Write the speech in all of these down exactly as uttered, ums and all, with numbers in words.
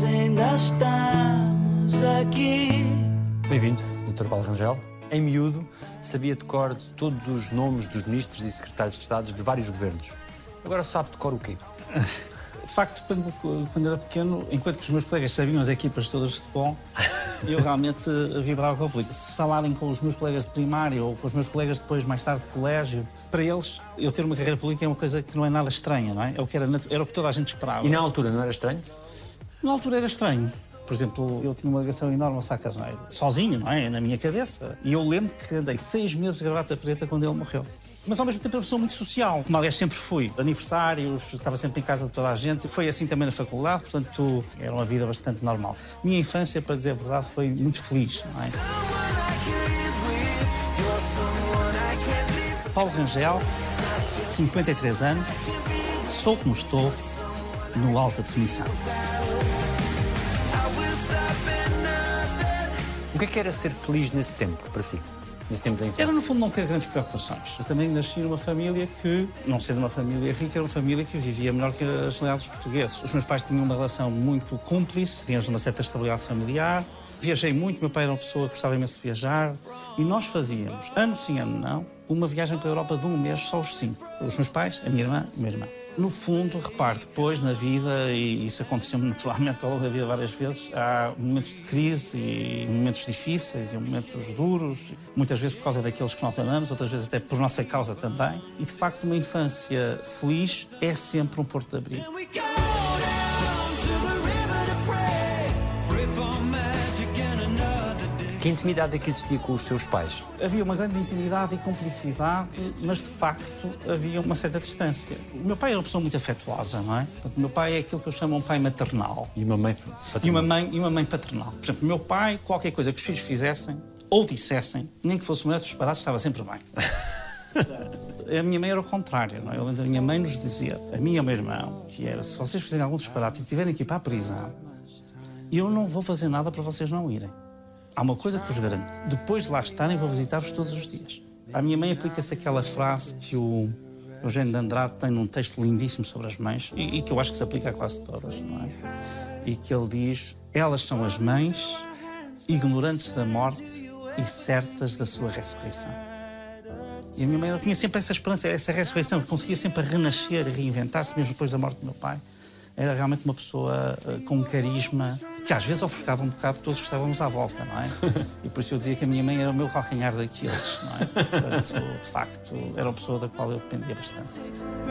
ainda estamos aqui. Bem-vindo, doutor Paulo Rangel. Em miúdo, sabia de cor todos os nomes dos ministros e secretários de Estado de vários governos. Agora sabe de cor o quê? De facto, quando, quando era pequeno, enquanto que os meus colegas sabiam as equipas todas de futebol, eu realmente vibrava com o político. Se falarem com os meus colegas de primário ou com os meus colegas depois, mais tarde, de colégio, para eles, eu ter uma carreira política é uma coisa que não é nada estranha, não é? É o que era, era o que toda a gente esperava. E na altura não era estranho? Na altura era estranho. Por exemplo, eu tinha uma ligação enorme ao Sá Carneiro, sozinho, não é? Na minha cabeça. E eu lembro que andei seis meses de gravata preta quando ele morreu. Mas ao mesmo tempo era uma pessoa muito social, como aliás sempre fui. Aniversários, estava sempre em casa de toda a gente. Foi assim também na faculdade, portanto era uma vida bastante normal. Minha infância, para dizer a verdade, foi muito feliz, não é? Paulo Rangel, cinquenta e três anos, sou como estou, no alta definição. O que é que era ser feliz nesse tempo, para si? Nesse tempo da infância? Era, no fundo, não ter grandes preocupações. Eu também nasci numa família que, não sendo uma família rica, era uma família que vivia melhor que a generalidade dos portugueses. Os meus pais tinham uma relação muito cúmplice, tínhamos uma certa estabilidade familiar. Viajei muito, meu pai era uma pessoa que gostava imenso de viajar. E nós fazíamos, ano sim, ano não, uma viagem para a Europa de um mês, só os cinco. Os meus pais, a minha irmã e o meu irmão. No fundo, repare, depois na vida, e isso aconteceu-me naturalmente ao longo da vida várias vezes, há momentos de crise e momentos difíceis e momentos duros, muitas vezes por causa daqueles que nós amamos, outras vezes até por nossa causa também. E, de facto, uma infância feliz é sempre um porto de abrigo. Que intimidade é que existia com os seus pais? Havia uma grande intimidade e cumplicidade, mas de facto havia uma certa distância. O meu pai era uma pessoa muito afetuosa, não é? Portanto, o meu pai é aquilo que eu chamo um pai maternal. E uma mãe paternal? E uma mãe, e uma mãe paternal. Por exemplo, o meu pai, qualquer coisa que os filhos fizessem ou dissessem, nem que fosse o maior dos disparates, estava sempre bem. A minha mãe era o contrário, não é? Eu lembro da minha mãe nos dizer, a mim e ao meu irmão, que era, se vocês fizerem algum disparate e tiverem que ir para a prisão, eu não vou fazer nada para vocês não irem. Há uma coisa que vos garanto. Depois de lá estarem, vou visitar-vos todos os dias. À minha mãe aplica-se aquela frase que o Eugênio de Andrade tem num texto lindíssimo sobre as mães e, e que eu acho que se aplica a quase todas, não é? E que ele diz, elas são as mães, ignorantes da morte e certas da sua ressurreição. E a minha mãe tinha sempre essa esperança, essa ressurreição, que conseguia sempre renascer e reinventar-se, mesmo depois da morte do meu pai. Era realmente uma pessoa uh, com um carisma que às vezes ofuscava um bocado todos que estávamos à volta, não é? E por isso eu dizia que a minha mãe era o meu calcanhar daqueles, não é? Portanto, de facto, era uma pessoa da qual eu dependia bastante.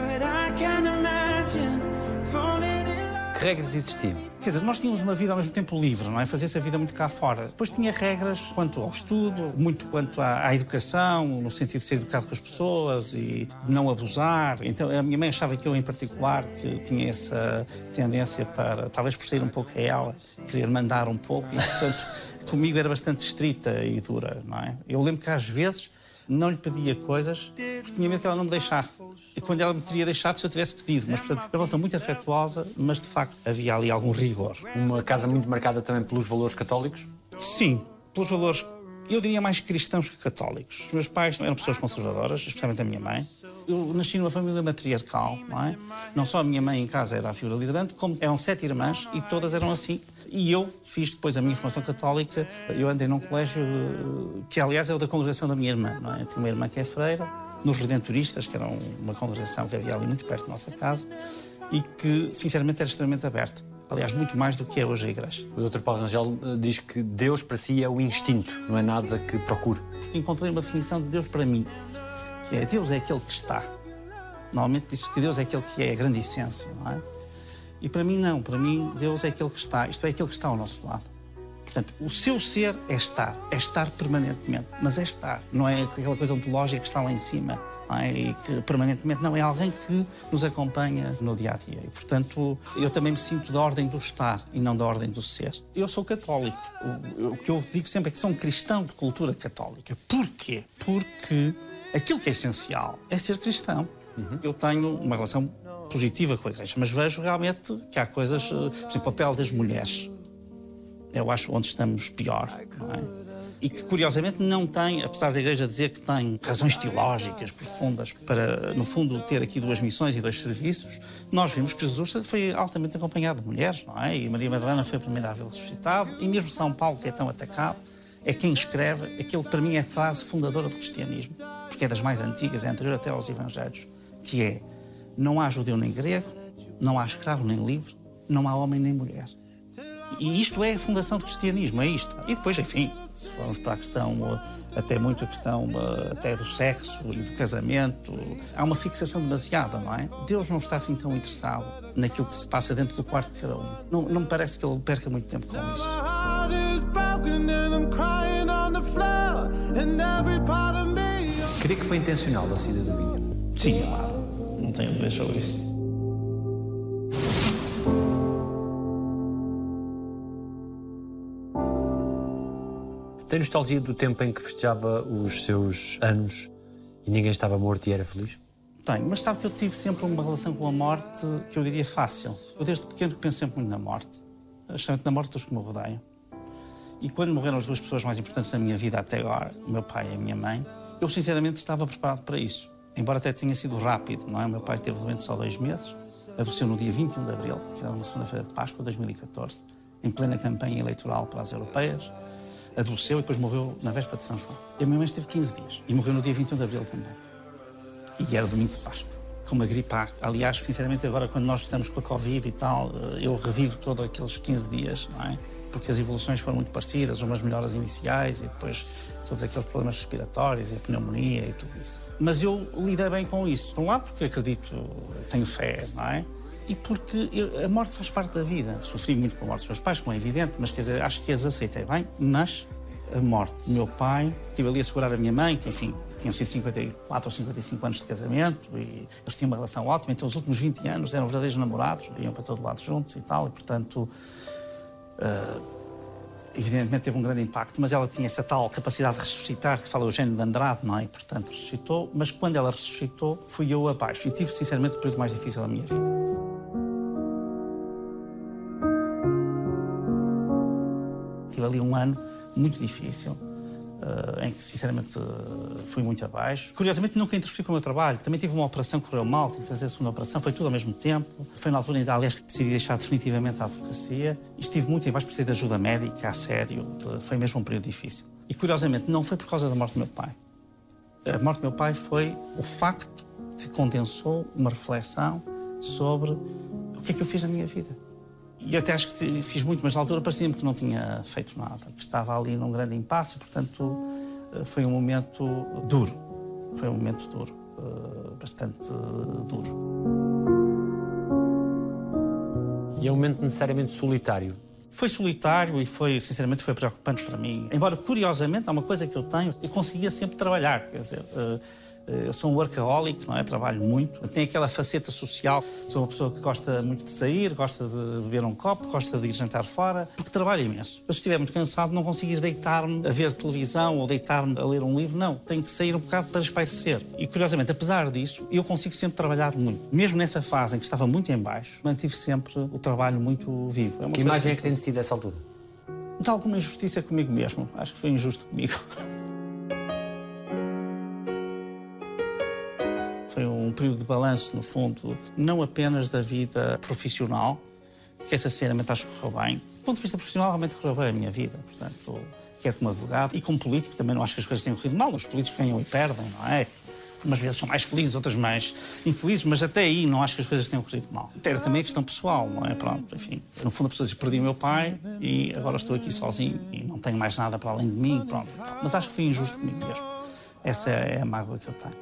Que regras existiam? Quer dizer, nós tínhamos uma vida ao mesmo tempo livre, não é? Fazia-se a vida muito cá fora. Depois tinha regras quanto ao estudo, muito quanto à, à educação, no sentido de ser educado com as pessoas e não abusar. Então, a minha mãe achava que eu, em particular, que tinha essa tendência para, talvez por sair um pouco a ela, querer mandar um pouco e, portanto, comigo era bastante estrita e dura, não é? Eu lembro que, às vezes, não lhe pedia coisas porque tinha medo que ela não me deixasse. E quando ela me teria deixado se eu tivesse pedido. Mas, portanto, uma relação muito afetuosa, mas, de facto, havia ali algum rigor. Uma casa muito marcada também pelos valores católicos? Sim, pelos valores, eu diria mais cristãos que católicos. Os meus pais eram pessoas conservadoras, especialmente a minha mãe. Eu nasci numa família matriarcal, não é? Não só a minha mãe em casa era a figura liderante, como eram sete irmãs e todas eram assim. E eu fiz depois a minha formação católica. Eu andei num colégio que, aliás, é o da congregação da minha irmã, não é? Eu tinha uma irmã que é freira, nos Redentoristas, que era uma congregação que havia ali muito perto da nossa casa e que, sinceramente, era extremamente aberta. Aliás, muito mais do que é hoje a Igreja. O doutor Paulo Rangel diz que Deus para si é o instinto, não é nada que procure. Porque encontrei uma definição de Deus para mim. Que é, Deus é aquele que está. Normalmente diz que Deus é aquele que é a grande essência, não é? E para mim não, para mim Deus é aquele que está, isto é aquele que está ao nosso lado. Portanto, o seu ser é estar, é estar permanentemente, mas é estar, não é aquela coisa ontológica que está lá em cima, não é? E que permanentemente não, é alguém que nos acompanha no dia-a-dia. E, portanto, eu também me sinto da ordem do estar e não da ordem do ser. Eu sou católico, o, o que eu digo sempre é que sou um cristão de cultura católica. Porquê? Porque aquilo que é essencial é ser cristão. Uhum. Eu tenho uma relação positiva com a Igreja, mas vejo realmente que há coisas, por exemplo, o papel das mulheres. Eu acho onde estamos pior, não é? e que, curiosamente, não tem, apesar da Igreja dizer que tem razões teológicas profundas para, no fundo, ter aqui duas missões e dois serviços, nós vimos que Jesus foi altamente acompanhado de mulheres, não é? E Maria Madalena foi a primeira a vê-lo ressuscitado, e mesmo São Paulo, que é tão atacado, é quem escreve aquilo que para mim é a frase fundadora do cristianismo, porque é das mais antigas, é anterior até aos Evangelhos, que é: não há judeu nem grego, não há escravo nem livre, não há homem nem mulher. E isto é a fundação do cristianismo, é isto. E depois, enfim, se formos para a questão, até muito a questão até do sexo e do casamento, há uma fixação demasiada, não é? Deus não está assim tão interessado naquilo que se passa dentro do quarto de cada um. Não, não me parece que ele perca muito tempo com isso. Creio que foi intencional a saída do vinho. Sim, claro. Não tenho dúvidas sobre isso. Tem nostalgia do tempo em que festejava os seus anos e ninguém estava morto e era feliz? Tenho, mas sabe que eu tive sempre uma relação com a morte que eu diria fácil. Eu desde pequeno penso sempre muito na morte, especialmente na morte dos que me rodeiam. E quando morreram as duas pessoas mais importantes da minha vida até agora, o meu pai e a minha mãe, eu sinceramente estava preparado para isso. Embora até tenha sido rápido, não é? O meu pai esteve doente só dois meses, adoeceu no dia vinte e um de abril, que era uma segunda-feira de Páscoa de dois mil e catorze, em plena campanha eleitoral para as europeias. Adoeceu e depois morreu na véspera de São João. E a minha mãe esteve quinze dias e morreu no dia vinte e um de abril também. E era domingo de Páscoa, com uma gripe A. Aliás, sinceramente, agora quando nós estamos com a Covid e tal, eu revivo todos aqueles quinze dias, não é? Porque as evoluções foram muito parecidas, umas melhoras iniciais e depois todos aqueles problemas respiratórios e a pneumonia e tudo isso. Mas eu lidei bem com isso. De um lado porque acredito, tenho fé, não é? E porque eu, a morte faz parte da vida. Sofri muito com a morte dos meus pais, como é evidente, mas quer dizer, acho que as aceitei bem. Mas a morte do meu pai, estive ali a segurar a minha mãe, que enfim, tinham sido cinquenta e quatro ou cinquenta e cinco anos de casamento e eles tinham uma relação ótima, então os últimos vinte anos eram verdadeiros namorados, iam para todo lado juntos e tal, e portanto, uh, evidentemente teve um grande impacto, mas ela tinha essa tal capacidade de ressuscitar, que fala Eugênio de Andrade, não é? E portanto ressuscitou, mas quando ela ressuscitou, fui eu abaixo e tive sinceramente o período mais difícil da minha vida. Tive ali um ano muito difícil, uh, em que, sinceramente, uh, fui muito abaixo. Curiosamente, nunca interferi com o meu trabalho. Também tive uma operação que correu mal, tive que fazer a segunda operação, foi tudo ao mesmo tempo. Foi na altura, aliás, que decidi deixar definitivamente a advocacia. E estive muito em baixo, precisei de ajuda médica, a sério. Uh, foi mesmo um período difícil. E, curiosamente, não foi por causa da morte do meu pai. A morte do meu pai foi o facto que condensou uma reflexão sobre o que é que eu fiz na minha vida. E até acho que fiz muito, mas na altura parecia-me que não tinha feito nada, que estava ali num grande impasse, portanto foi um momento duro, foi um momento duro, bastante duro. E é um momento necessariamente solitário? Foi solitário e foi, sinceramente, foi preocupante para mim. Embora, curiosamente, há uma coisa que eu tenho, eu conseguia sempre trabalhar, quer dizer... Eu sou um workaholic, não é? Trabalho muito. Tenho aquela faceta social. Sou uma pessoa que gosta muito de sair, gosta de beber um copo, gosta de ir jantar fora, porque trabalho imenso. Eu, se estiver muito cansado, não consigo ir deitar-me a ver televisão ou deitar-me a ler um livro, não. Tenho que sair um bocado para espairecer. E, curiosamente, apesar disso, eu consigo sempre trabalhar muito. Mesmo nessa fase em que estava muito em baixo, mantive sempre o trabalho muito vivo. É que imagem é que tem de sido essa altura? De alguma injustiça comigo mesmo. Acho que foi injusto comigo. Foi um período de balanço, no fundo, não apenas da vida profissional, que essa, sinceramente, acho que correu bem. Do ponto de vista profissional, realmente correu bem a minha vida. Portanto, quer como advogado e como político, também não acho que as coisas tenham corrido mal. Os políticos ganham e perdem, não é? Umas vezes são mais felizes, outras mais infelizes, mas até aí não acho que as coisas tenham corrido mal. Era também a questão pessoal, não é? Pronto, enfim. No fundo, a pessoa diz, perdi o meu pai e agora estou aqui sozinho e não tenho mais nada para além de mim, pronto. Mas acho que foi injusto comigo mesmo. Essa é a mágoa que eu tenho.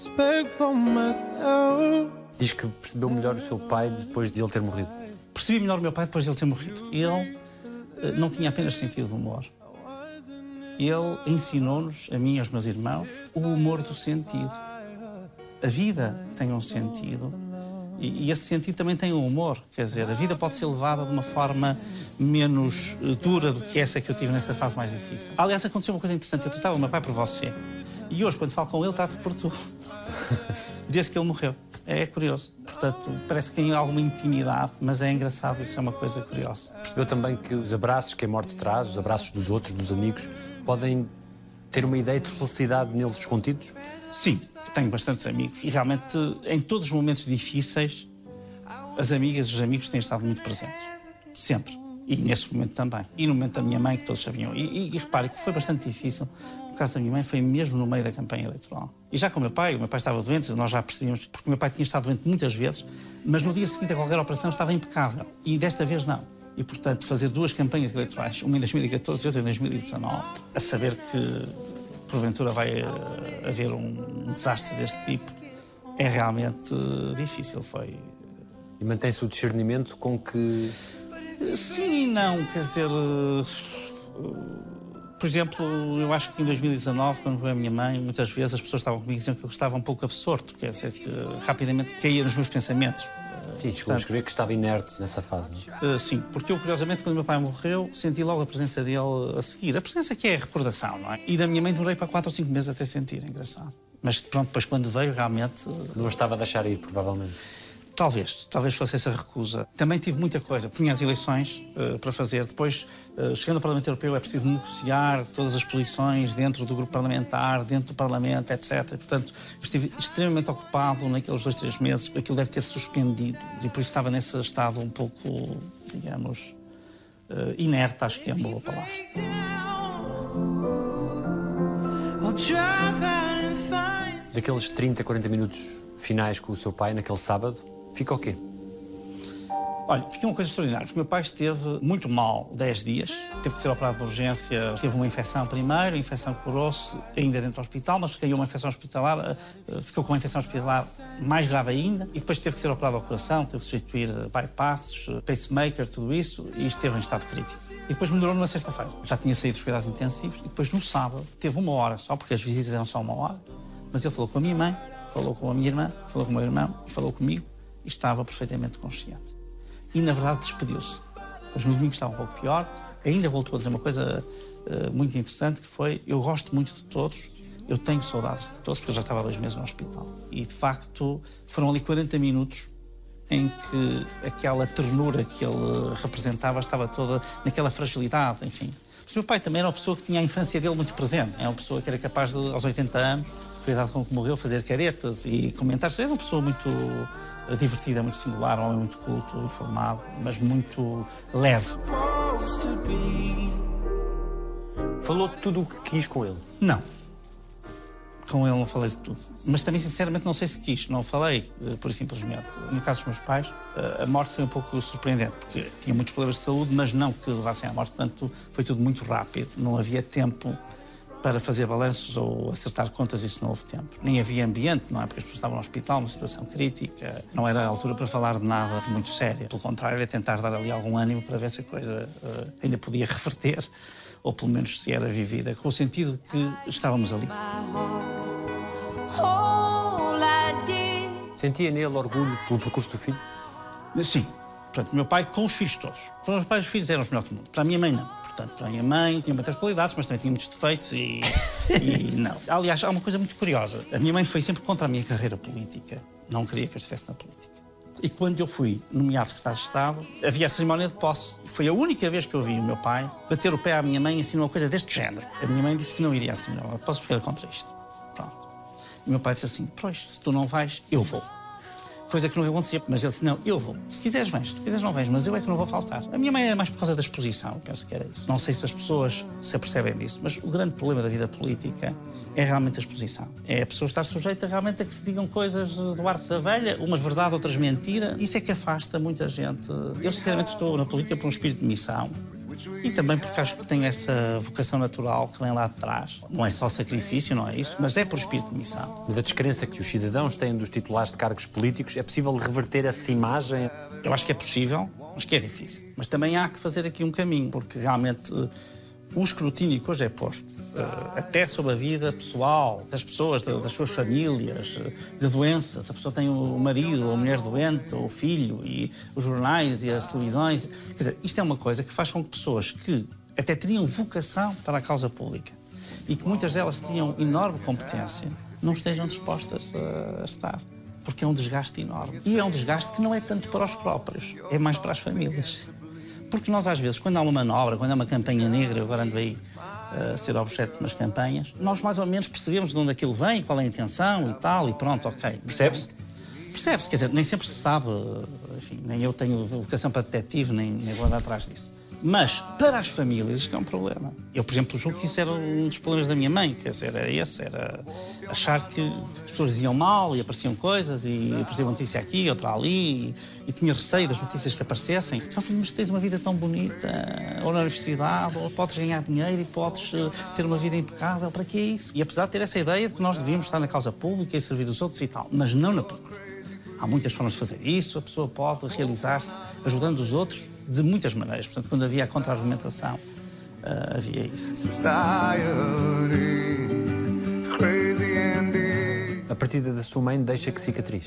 Diz que percebeu melhor o seu pai depois de ele ter morrido. Percebi melhor o meu pai depois de ele ter morrido. Ele não tinha apenas sentido de humor. Ele ensinou-nos, a mim e aos meus irmãos, o humor do sentido. A vida tem um sentido e esse sentido também tem um humor. Quer dizer, a vida pode ser levada de uma forma menos dura do que essa que eu tive nessa fase mais difícil. Aliás, aconteceu uma coisa interessante. Eu tratava o meu pai por você. E hoje, quando falo com ele, trato por tu. Desde que ele morreu. É curioso. Portanto, parece que tem alguma intimidade, mas é engraçado, isso é uma coisa curiosa. Percebeu também que os abraços que a morte traz, os abraços dos outros, dos amigos, podem ter uma ideia de felicidade neles contidos? Sim, tenho bastantes amigos e realmente em todos os momentos difíceis as amigas e os amigos têm estado muito presentes. Sempre. E nesse momento também. E no momento da minha mãe, que todos sabiam. E, e, e repare que foi bastante difícil. No caso da minha mãe, foi mesmo no meio da campanha eleitoral. E já com o meu pai, o meu pai estava doente, nós já percebíamos, porque o meu pai tinha estado doente muitas vezes, mas no dia seguinte a qualquer operação estava impecável. E desta vez não. E, portanto, fazer duas campanhas eleitorais, uma em dois mil e catorze e outra em dois mil e dezanove, a saber que, porventura, vai haver um desastre deste tipo, é realmente difícil. Foi... E mantém-se o discernimento com que... Sim e não, quer dizer... Por exemplo, eu acho que em dois mil e dezanove, quando veio a minha mãe, muitas vezes as pessoas estavam comigo e diziam que eu estava um pouco absorto, quer dizer, que rapidamente caía nos meus pensamentos. Sim, chegou a escrever que estava inerte nessa fase, não é? Uh, sim, porque eu, curiosamente, quando o meu pai morreu, senti logo a presença dele a seguir. A presença que é a recordação, não é? E da minha mãe demorei para quatro ou cinco meses até sentir, é engraçado. Mas pronto, depois quando veio, realmente... Não estava a deixar ir, provavelmente. Talvez, talvez fosse essa recusa. Também tive muita coisa. Tinha as eleições uh, para fazer. Depois, uh, chegando ao Parlamento Europeu, é preciso negociar todas as posições dentro do grupo parlamentar, dentro do Parlamento, etcétera. Portanto, estive extremamente ocupado naqueles dois, três meses. Aquilo deve ter suspendido. E por isso estava nesse estado um pouco, digamos, uh, inerte, acho que é uma boa palavra. Daqueles trinta, quarenta minutos finais com o seu pai, naquele sábado, fica o quê? Olha, fica uma coisa extraordinária, porque o meu pai esteve muito mal dez dias, teve que ser operado de urgência, teve uma infecção primeiro, a infecção curou-se ainda dentro do hospital, mas caiu uma infecção hospitalar, ficou com uma infecção hospitalar mais grave ainda, e depois teve que ser operado ao coração, teve que substituir bypasses, pacemaker, tudo isso, e esteve em estado crítico. E depois melhorou na sexta-feira, já tinha saído dos cuidados intensivos, e depois no sábado teve uma hora só, porque as visitas eram só uma hora, mas ele falou com a minha mãe, falou com a minha irmã, falou com o meu irmão e falou comigo e estava perfeitamente consciente. E, na verdade, despediu-se. Mas no domingo estava um pouco pior. Ainda voltou a dizer uma coisa uh, muito interessante, que foi: eu gosto muito de todos, eu tenho saudades de todos, porque eu já estava há dois meses no hospital. E, de facto, foram ali quarenta minutos em que aquela ternura que ele representava estava toda naquela fragilidade, enfim. O meu pai também era uma pessoa que tinha a infância dele muito presente. É uma pessoa que era capaz de, aos oitenta anos, com a idade com que morreu, fazer caretas e comentar. Era uma pessoa muito divertida, muito singular, um homem muito culto, informado, mas muito leve. Falou tudo o que quis com ele? Não. Com ele não falei de tudo. Mas também, sinceramente, não sei se quis. Não falei, por simplesmente. No caso dos meus pais, a morte foi um pouco surpreendente, porque tinha muitos problemas de saúde, mas não que levassem à morte. Portanto, foi tudo muito rápido. Não havia tempo para fazer balanços ou acertar contas, isso não houve tempo. Nem havia ambiente, não é? Porque as pessoas estavam no hospital, numa situação crítica. Não era a altura para falar de nada de muito sério. Pelo contrário, era tentar dar ali algum ânimo para ver se a coisa uh, ainda podia reverter, ou pelo menos se era vivida, com o sentido de que estávamos ali. Sentia nele orgulho pelo percurso do filho? Sim. Portanto, o meu pai com os filhos todos. Para os meus pais, os filhos eram os melhores do mundo. Para a minha mãe, não. Portanto, para a minha mãe tinha muitas qualidades, mas também tinha muitos defeitos e, e não. Aliás, há uma coisa muito curiosa. A minha mãe foi sempre contra a minha carreira política. Não queria que eu estivesse na política. E quando eu fui nomeado secretário de Estado, havia a cerimónia de posse. E foi a única vez que eu vi o meu pai bater o pé à minha mãe e assinar uma coisa deste género. A minha mãe disse que não iria assinar. Eu posso ficar contra isto. Pronto. E o meu pai disse assim: pois, se tu não vais, eu vou. Coisa que não acontecia, mas ele disse: não, eu vou. Se quiseres, vens. Se quiseres, não vens, mas eu é que não vou faltar. A minha mãe é mais por causa da exposição, eu penso que era isso. Não sei se as pessoas se apercebem disso, mas o grande problema da vida política é realmente a exposição. É a pessoa estar sujeita realmente a que se digam coisas do arco da velha, umas verdade, outras mentira. Isso é que afasta muita gente. Eu, sinceramente, estou na política por um espírito de missão. E também porque acho que tenho essa vocação natural que vem lá de trás. Não é só sacrifício, não é isso, mas é por espírito de missão. Mas a descrença que os cidadãos têm dos titulares de cargos políticos, é possível reverter essa imagem? Eu acho que é possível, mas que é difícil. Mas também há que fazer aqui um caminho, porque realmente o escrutínio que hoje é posto, até sobre a vida pessoal das pessoas, das suas famílias, de doenças. A pessoa tem o marido ou a mulher doente, ou o filho, e os jornais e as televisões. Quer dizer, isto é uma coisa que faz com que pessoas que até teriam vocação para a causa pública e que muitas delas tinham enorme competência, não estejam dispostas a estar. porque é um desgaste enorme. E é um desgaste que não é tanto para os próprios, é mais para as famílias. Porque nós, às vezes, quando há uma manobra, quando há uma campanha negra, eu agora ando aí a uh, ser objeto de umas campanhas, nós mais ou menos percebemos de onde aquilo vem, qual é a intenção e tal, e pronto, ok. Percebe-se? Percebe-se, quer dizer, nem sempre se sabe, enfim, nem eu tenho vocação para detetive, nem, nem vou andar atrás disso. Mas, para as famílias, isto é um problema. Eu, por exemplo, julgo que isso era um dos problemas da minha mãe, quer dizer, era esse, era achar que as pessoas diziam mal e apareciam coisas, e aparecia uma notícia aqui, outra ali, e, e tinha receio das notícias que aparecessem. Então, filho, mas tens uma vida tão bonita, ou na universidade, ou podes ganhar dinheiro e podes uh, ter uma vida impecável, para que é isso? E apesar de ter essa ideia de que nós devíamos estar na causa pública e servir os outros e tal, mas não na política. Há muitas formas de fazer isso, a pessoa pode realizar-se ajudando os outros de muitas maneiras. Portanto, quando havia a contra-argumentação, uh, havia isso. A partida da sua mãe deixa que cicatriz?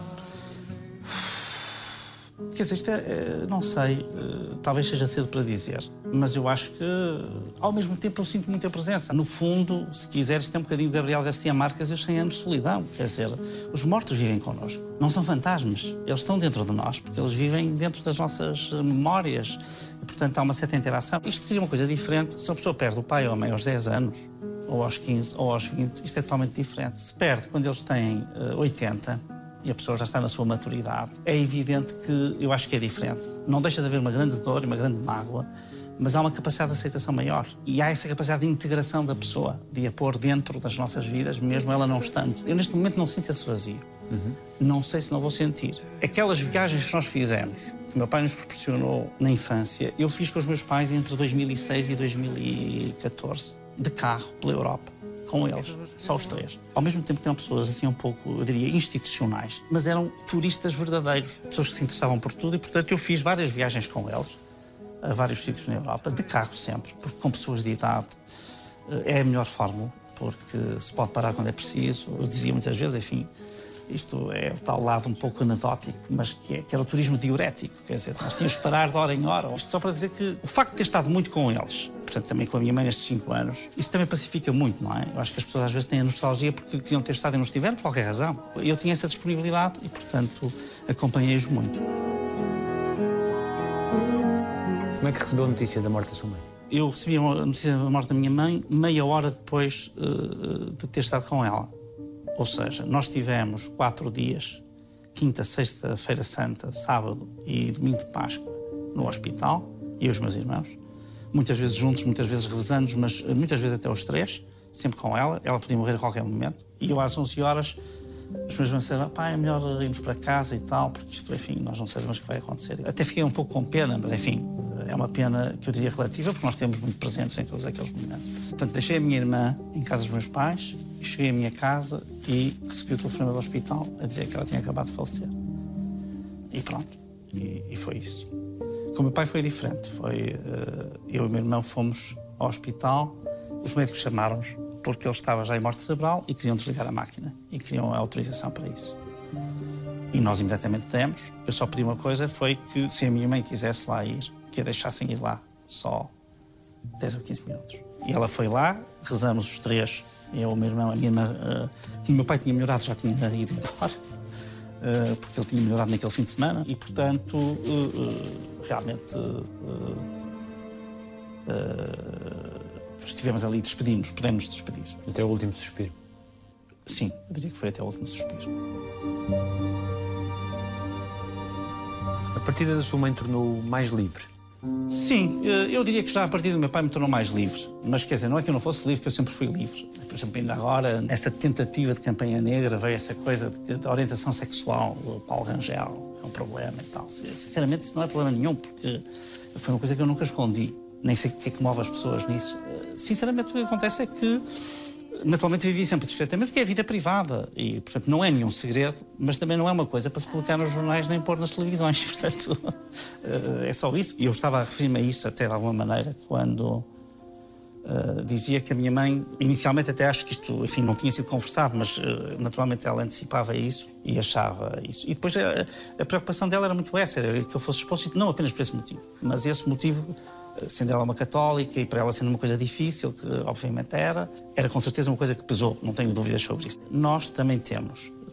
Quer dizer, isto é, não sei, uh, talvez seja cedo para dizer, mas eu acho que, ao mesmo tempo, eu sinto muita presença. No fundo, se quiseres, tem um bocadinho Gabriel Garcia Marques e os cem anos de solidão. Quer dizer, os mortos vivem connosco. Não são fantasmas. Eles estão dentro de nós, porque eles vivem dentro das nossas memórias. E, portanto, há uma certa interação. Isto seria uma coisa diferente se a pessoa perde o pai ou a mãe aos dez anos, ou aos quinze, ou aos vinte. Isto é totalmente diferente. Se perde quando eles têm uh, oitenta... e a pessoa já está na sua maturidade, é evidente que eu acho que é diferente. Não deixa de haver uma grande dor e uma grande mágoa, mas há uma capacidade de aceitação maior. E há essa capacidade de integração da pessoa, de a pôr dentro das nossas vidas, mesmo ela não estando. Eu, neste momento, não sinto esse vazio. Uhum. Não sei se não vou sentir. Aquelas viagens que nós fizemos, que o meu pai nos proporcionou na infância, eu fiz com os meus pais entre dois mil e seis e dois mil e catorze, de carro, pela Europa. Com eles, só os três. Ao mesmo tempo que eram pessoas assim um pouco, eu diria, institucionais, mas eram turistas verdadeiros, pessoas que se interessavam por tudo e, portanto, eu fiz várias viagens com eles, a vários sítios na Europa, de carro sempre, porque com pessoas de idade é a melhor fórmula, porque se pode parar quando é preciso. Eu dizia muitas vezes, enfim, isto é o tal lado um pouco anedótico, mas que, é, que era o turismo diurético, quer dizer, nós tínhamos que parar de hora em hora. Isto só para dizer que o facto de ter estado muito com eles, portanto também com a minha mãe estes cinco anos, isso também pacifica muito, não é? Eu acho que as pessoas às vezes têm a nostalgia porque queriam ter estado e não estiveram, por qualquer razão. Eu tinha essa disponibilidade e, portanto, acompanhei-os muito. Como é que recebeu a notícia da morte da sua mãe? Eu recebi a notícia da morte da minha mãe meia hora depois uh, de ter estado com ela. Ou seja, nós tivemos quatro dias, quinta, sexta-feira santa, sábado e domingo de Páscoa, no hospital, eu e os meus irmãos. Muitas vezes juntos, muitas vezes revezando, mas muitas vezes até os três, sempre com ela. Ela podia morrer a qualquer momento. E eu, às onze horas, os meus irmãos disseram, pá, é melhor irmos para casa e tal, porque isto, enfim, nós não sabemos o que vai acontecer. Até fiquei um pouco com pena, mas, enfim, é uma pena que eu diria relativa, porque nós temos muito presentes em todos aqueles momentos. Portanto, deixei a minha irmã em casa dos meus pais, e cheguei à minha casa e recebi o telefonema do hospital a dizer que ela tinha acabado de falecer. E pronto, e, e foi isso. Com o meu pai foi diferente. Foi, uh, eu e o meu irmão fomos ao hospital, os médicos chamaram-nos porque ele estava já em morte cerebral e queriam desligar a máquina e queriam a autorização para isso. E nós imediatamente demos. Eu só pedi uma coisa, foi que se a minha mãe quisesse lá ir, que a deixassem ir lá só dez ou quinze minutos. E ela foi lá, rezamos os três, eu, o meu irmão, a minha irmã, uh, que o meu pai tinha melhorado, já tinha ido embora, uh, porque ele tinha melhorado naquele fim de semana, e, portanto, uh, uh, realmente uh, uh, estivemos ali, despedimos, pudemos despedir. Até o último suspiro? Sim, eu diria que foi até o último suspiro. A partida da sua mãe tornou-o mais livre? Sim, eu diria que já a partir do meu pai me tornou mais livre. Mas, quer dizer, não é que eu não fosse livre, que eu sempre fui livre. Por exemplo, ainda agora, nesta tentativa de campanha negra, veio essa coisa da orientação sexual do Paulo Rangel. É um problema e tal. Sinceramente, isso não é problema nenhum, porque foi uma coisa que eu nunca escondi. Nem sei o que é que move as pessoas nisso. Sinceramente, o que acontece é que, naturalmente, vivi sempre discretamente, que é a vida privada. E, portanto, não é nenhum segredo, mas também não é uma coisa para se publicar nos jornais nem pôr nas televisões. Portanto, é só isso. E eu estava a referir-me a isso até de alguma maneira quando uh, dizia que a minha mãe, inicialmente até acho que isto, enfim, não tinha sido conversado, mas uh, naturalmente ela antecipava isso e achava isso. E depois a, a preocupação dela era muito essa, era que eu fosse exposto, não apenas por esse motivo, mas esse motivo, sendo ela uma católica e para ela sendo uma coisa difícil, que obviamente era, era com certeza uma coisa que pesou, não tenho dúvidas sobre isso. Nós também temos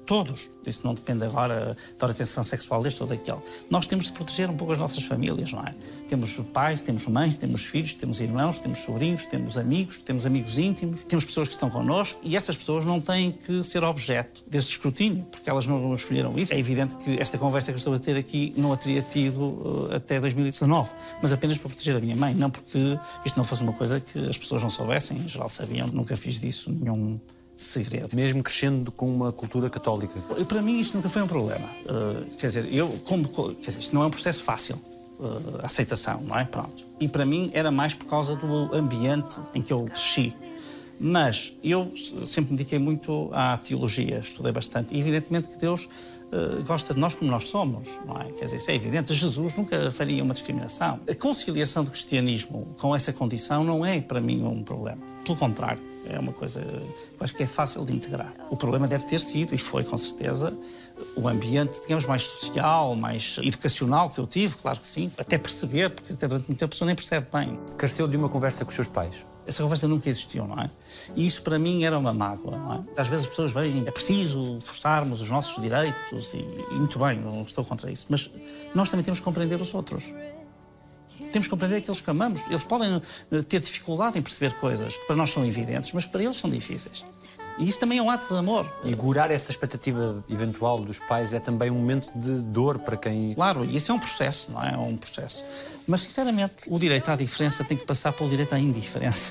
Todos. Isso não depende agora da orientação sexual deste ou daquele. Nós temos de proteger um pouco as nossas famílias, não é? Temos pais, temos mães, temos filhos, temos irmãos, temos sobrinhos, temos amigos, temos amigos íntimos, temos pessoas que estão connosco e essas pessoas não têm que ser objeto desse escrutínio, porque elas não escolheram isso. É evidente que esta conversa que eu estou a ter aqui não a teria tido uh, até dois mil e dezanove, mas apenas para proteger a minha mãe, não porque isto não fosse uma coisa que as pessoas não soubessem, em geral sabiam, nunca fiz disso nenhum segredo. Mesmo crescendo com uma cultura católica? Para mim isto nunca foi um problema. Uh, quer dizer, eu, como, quer dizer, isto não é um processo fácil, uh, a aceitação, não é? Pronto. E para mim era mais por causa do ambiente em que eu cresci. Mas eu sempre me dediquei muito à teologia, estudei bastante. E evidentemente que Deus uh, gosta de nós como nós somos, não é? Quer dizer, isso é evidente. Jesus nunca faria uma discriminação. A conciliação do cristianismo com essa condição não é, para mim, um problema. Pelo contrário, é uma coisa que acho que é fácil de integrar. O problema deve ter sido, e foi com certeza, o ambiente, digamos, mais social, mais educacional que eu tive, claro que sim. Até perceber, porque até durante muito tempo a pessoa nem percebe bem. Careceu de uma conversa com os seus pais? Essa conversa nunca existiu, não é? E isso para mim era uma mágoa, não é? Às vezes as pessoas veem, é preciso forçarmos os nossos direitos e, e muito bem, não estou contra isso, mas nós também temos que compreender os outros. Temos que compreender aqueles que amamos. Eles podem ter dificuldade em perceber coisas que para nós são evidentes, mas que para eles são difíceis. E isso também é um ato de amor. E guardar essa expectativa eventual dos pais é também um momento de dor para quem... Claro, e isso é um processo, não é? É um processo. Mas, sinceramente, o direito à diferença tem que passar pelo direito à indiferença.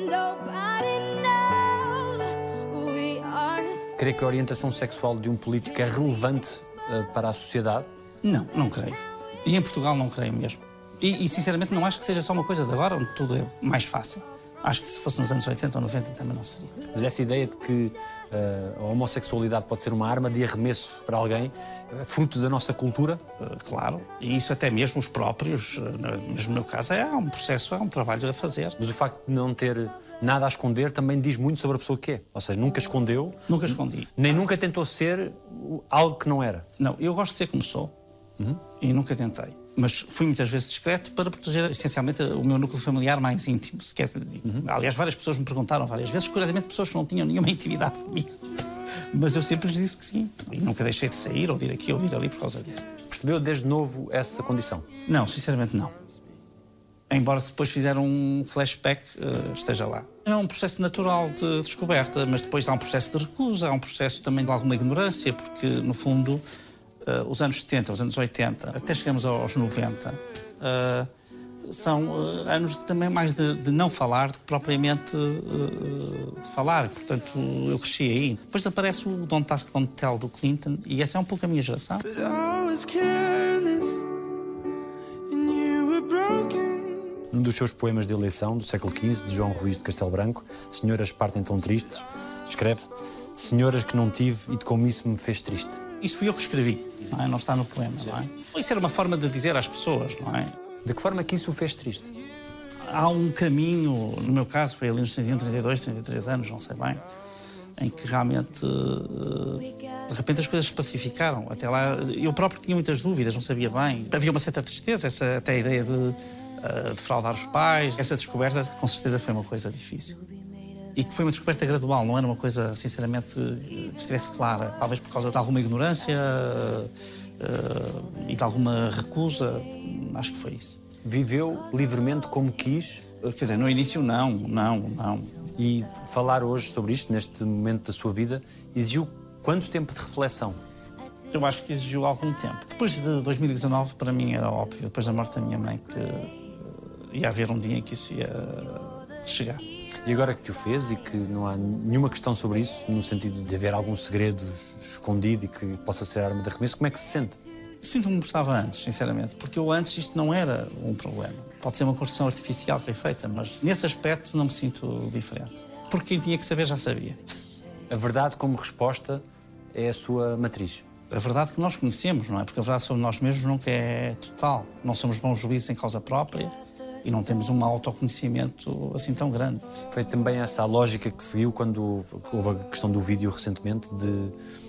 Crê que a orientação sexual de um político é relevante uh, para a sociedade? Não, não creio. E em Portugal não creio mesmo. E, e, sinceramente, não acho que seja só uma coisa de agora, onde tudo é mais fácil. Acho que se fosse nos anos oitenta ou noventa também não seria. Mas essa ideia de que uh, a homossexualidade pode ser uma arma de arremesso para alguém, é fruto da nossa cultura? Uh, claro. E isso até mesmo os próprios, uh, mas no meu caso é um processo, é um trabalho a fazer. Mas o facto de não ter nada a esconder também diz muito sobre a pessoa que é. Ou seja, nunca escondeu. Nunca escondi. Nem nunca tentou ser algo que não era. Não, eu gosto de ser como sou. Uhum. E nunca tentei. Mas fui muitas vezes discreto para proteger, essencialmente, o meu núcleo familiar mais íntimo, se quer que lhe diga. Uhum. Aliás, várias pessoas me perguntaram várias vezes, curiosamente, pessoas que não tinham nenhuma intimidade comigo. Mas eu sempre lhes disse que sim. E nunca deixei de sair, ou de ir aqui, ou de ir ali por causa disso. Percebeu desde novo essa condição? Não, sinceramente não. Embora depois fizer um flashback, uh, esteja lá. É um processo natural de descoberta, mas depois há um processo de recusa, há um processo também de alguma ignorância, porque, no fundo... Uh, os anos setenta, os anos oitenta, até chegamos aos noventa, uh, são uh, anos de, também mais de, de não falar do que propriamente uh, de falar. Portanto, eu cresci aí. Depois aparece o Don't Ask, Don't Tell do Clinton e essa é um pouco a minha geração. Num dos seus poemas de eleição, do século quinze, de João Ruiz de Castelo Branco, Senhoras partem tão tristes, escreve: Senhoras que não tive e de como isso me fez triste. Isso fui eu que escrevi, não é? Não está no poema, não é? Isso era uma forma de dizer às pessoas, não é? De que forma é que isso o fez triste? Há um caminho, no meu caso foi ali nos trinta e um, trinta e dois, trinta e três anos, não sei bem, em que realmente, de repente, as coisas se pacificaram. Até lá, eu próprio tinha muitas dúvidas, não sabia bem. Havia uma certa tristeza, essa, até a ideia de uh, defraudar os pais. Essa descoberta, com certeza, foi uma coisa difícil. E que foi uma descoberta gradual, não era uma coisa, sinceramente, que estivesse clara. Talvez por causa de alguma ignorância uh, uh, e de alguma recusa. Acho que foi isso. Viveu livremente como quis? Quer dizer, no início, não, não, não. E falar hoje sobre isto, neste momento da sua vida, exigiu quanto tempo de reflexão? Eu acho que exigiu algum tempo. Depois de dois mil e dezanove, para mim era óbvio, depois da morte da minha mãe, que ia haver um dia em que isso ia chegar. E agora que o fez e que não há nenhuma questão sobre isso, no sentido de haver algum segredo escondido e que possa ser arma de arremesso, como é que se sente? Sinto-me como estava antes, sinceramente, porque eu antes isto não era um problema. Pode ser uma construção artificial que foi feita, mas nesse aspecto não me sinto diferente. Porque quem tinha que saber já sabia. A verdade como resposta é a sua matriz? A verdade que nós conhecemos, não é? Porque a verdade sobre nós mesmos nunca é total. Não somos bons juízes em causa própria. E não temos um autoconhecimento assim tão grande. Foi também essa a lógica que seguiu quando houve a questão do vídeo recentemente de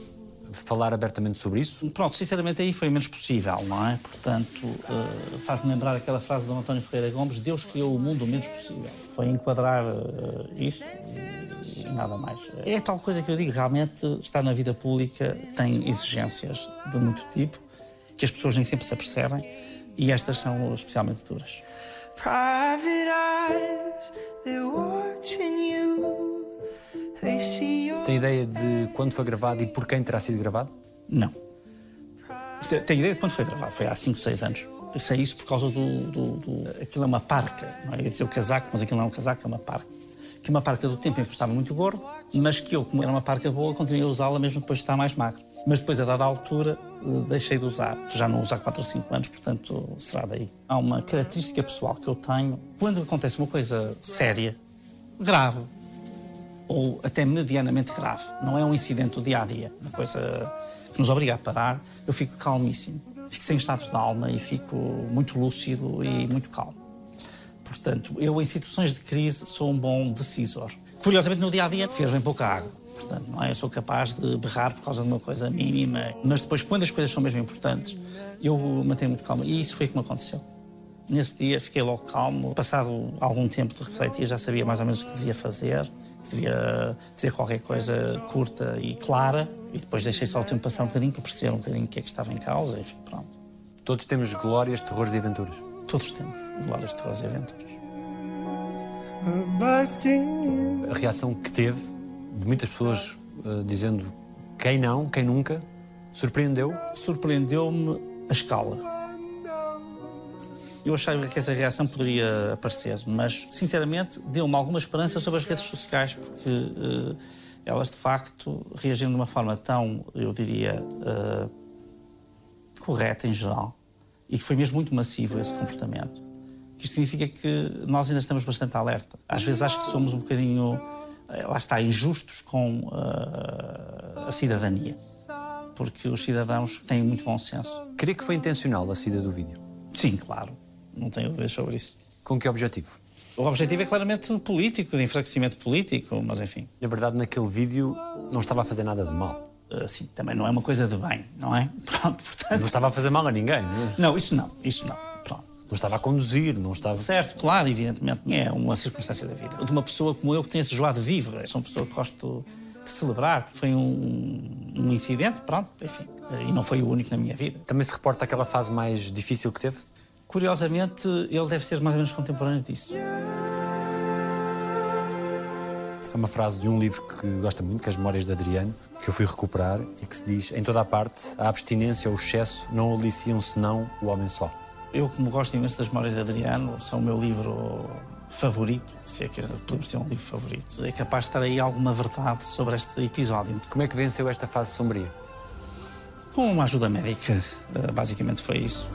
falar abertamente sobre isso? Pronto, sinceramente aí foi menos possível, não é? Portanto, uh, faz-me lembrar aquela frase do António Ferreira Gomes: Deus criou o mundo o menos possível. Foi enquadrar uh, isso e, e nada mais. É tal coisa que eu digo, realmente estar na vida pública tem exigências de muito tipo, que as pessoas nem sempre se apercebem, e estas são especialmente duras. Private eyes, they're watching you. They see your... Tem ideia de quando foi gravado e por quem terá sido gravado? Não. Tenho ideia de quando foi gravado, foi há cinco, seis anos. Eu sei isso por causa do... do, do... Aquilo é uma parca, não é? Eu ia dizer o casaco, mas aquilo não é um casaco, é uma parca. Que é uma parca do tempo em que eu estava muito gordo, mas que eu, como era uma parca boa, continuei a usá-la mesmo depois de estar mais magro. Mas depois, a dada altura, deixei de usar. Já não uso há quatro ou cinco anos, portanto, será daí. Há uma característica pessoal que eu tenho. Quando acontece uma coisa séria, grave, ou até medianamente grave, não é um incidente do dia-a-dia, uma coisa que nos obriga a parar, eu fico calmíssimo. Fico sem estados de alma e fico muito lúcido e muito calmo. Portanto, eu, em situações de crise, sou um bom decisor. Curiosamente, no dia-a-dia, fervo em pouca água. Portanto, não é? Eu sou capaz de berrar por causa de uma coisa mínima, mas depois, quando as coisas são mesmo importantes, eu mantenho muito calmo. E isso foi o que me aconteceu. Nesse dia, fiquei logo calmo. Passado algum tempo de refletir, já sabia mais ou menos o que devia fazer, que devia dizer qualquer coisa curta e clara, e depois deixei só o tempo passar um bocadinho para perceber um bocadinho o que é que estava em causa. Enfim, pronto. Todos temos glórias, terrores e aventuras. Todos temos glórias, terrores e aventuras. A reação que teve de muitas pessoas uh, dizendo quem não, quem nunca, surpreendeu? Surpreendeu-me a escala. Eu achava que essa reação poderia aparecer, mas, sinceramente, deu-me alguma esperança sobre as redes sociais, porque uh, elas, de facto, reagiram de uma forma tão, eu diria, uh, correta em geral, e que foi mesmo muito massivo esse comportamento. Isto significa que nós ainda estamos bastante alerta. Às vezes acho que somos um bocadinho... lá está, injustos com uh, a cidadania, porque os cidadãos têm muito bom senso. Creio que foi intencional a saída do vídeo. Sim, claro, não tenho dúvidas sobre isso. Com que objetivo? O objetivo é claramente político, de enfraquecimento político, mas enfim. Na verdade, naquele vídeo não estava a fazer nada de mal. Uh, sim, também não é uma coisa de bem, não é? Pronto, portanto... Não estava a fazer mal a ninguém, não é? Não, isso não, isso não. Pronto. Não estava a conduzir, não estava... Certo, claro, evidentemente, é uma circunstância da vida. De uma pessoa como eu que tem esse joie de vivre. Sou uma pessoa que gosto de celebrar. Foi um, um incidente, pronto, enfim. E não foi o único na minha vida. Também se reporta aquela fase mais difícil que teve? Curiosamente, ele deve ser mais ou menos contemporâneo disso. É uma frase de um livro que gosta muito, que é As Memórias de Adriano, que eu fui recuperar e que se diz: em toda a parte, a abstinência ou o excesso não aliciam senão o homem só. Eu, como gosto imenso das Memórias de Adriano, são o meu livro favorito, se é que podemos ter um livro favorito. É capaz de estar aí alguma verdade sobre este episódio. Como é que venceu esta fase sombria? Com uma ajuda médica, basicamente foi isso.